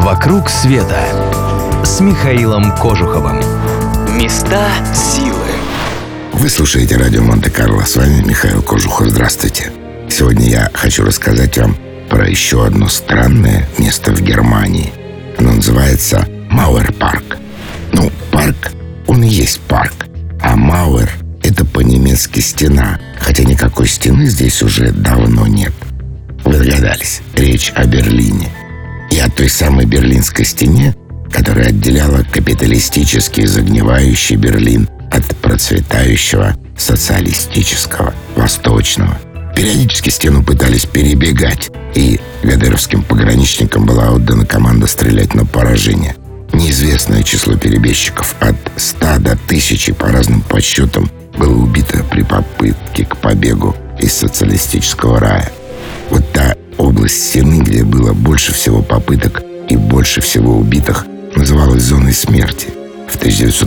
«Вокруг света» с Михаилом Кожуховым. Места силы. Вы слушаете радио Монте-Карло. С вами Михаил Кожухов. Здравствуйте. Сегодня я хочу рассказать вам про еще одно странное место в Германии. Оно называется Мауэр-парк. Парк, он и есть парк. А Мауэр — это по-немецки стена. Хотя никакой стены здесь уже давно нет. Вы догадались, речь о Берлине. И о той самой Берлинской стене, которая отделяла капиталистический загнивающий Берлин от процветающего социалистического восточного. Периодически стену пытались перебегать, и гадеровским пограничникам была отдана команда стрелять на поражение. Неизвестное число перебежчиков, от 100 до 1000 по разным подсчетам, было убито при попытке к побегу из социалистического рая. Вот та область стены, где было больше всего попыток и больше всего убитых, называлась зоной смерти. В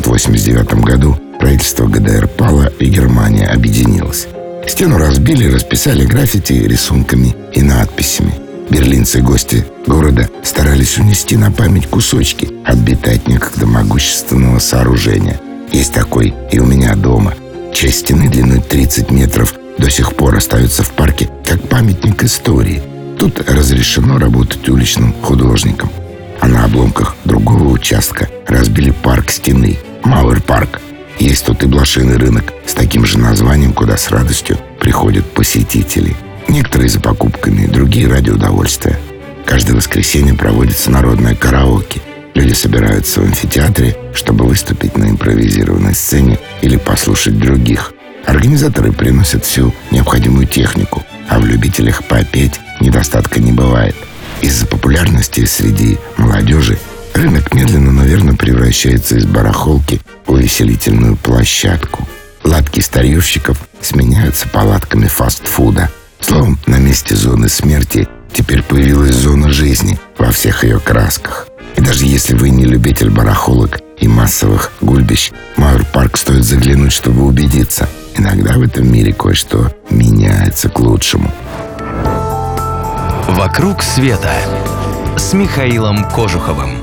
1989 году правительство ГДР пало, и Германия объединилась. Стену разбили, расписали граффити рисунками и надписями. Берлинцы и гости города старались унести на память кусочки, отбитые от некогда могущественного сооружения. Есть такой и у меня дома. Часть стены длиной 30 метров до сих пор остается в парке как памятник истории. Тут разрешено работать уличным художникам. А на обломках другого участка разбили парк стены — Мауэр-парк. Есть тут и блошиный рынок с таким же названием, куда с радостью приходят посетители. Некоторые за покупками, другие ради удовольствия. Каждое воскресенье проводится народное караоке. Люди собираются в амфитеатре, чтобы выступить на импровизированной сцене или послушать других. Организаторы приносят всю необходимую технику, а в любителях попеть недостатка не бывает. Из-за популярности среди молодежи рынок медленно, но верно превращается из барахолки в увеселительную площадку. Лавки старьевщиков сменяются палатками фастфуда. Словом, на месте зоны смерти теперь появилась зона жизни во всех ее красках. И даже если вы не любитель барахолок и массовых гульбищ, в Мауэр-парк стоит заглянуть, чтобы убедиться. Иногда в этом мире кое-что меняется к лучшему. «Вокруг света» с Михаилом Кожуховым.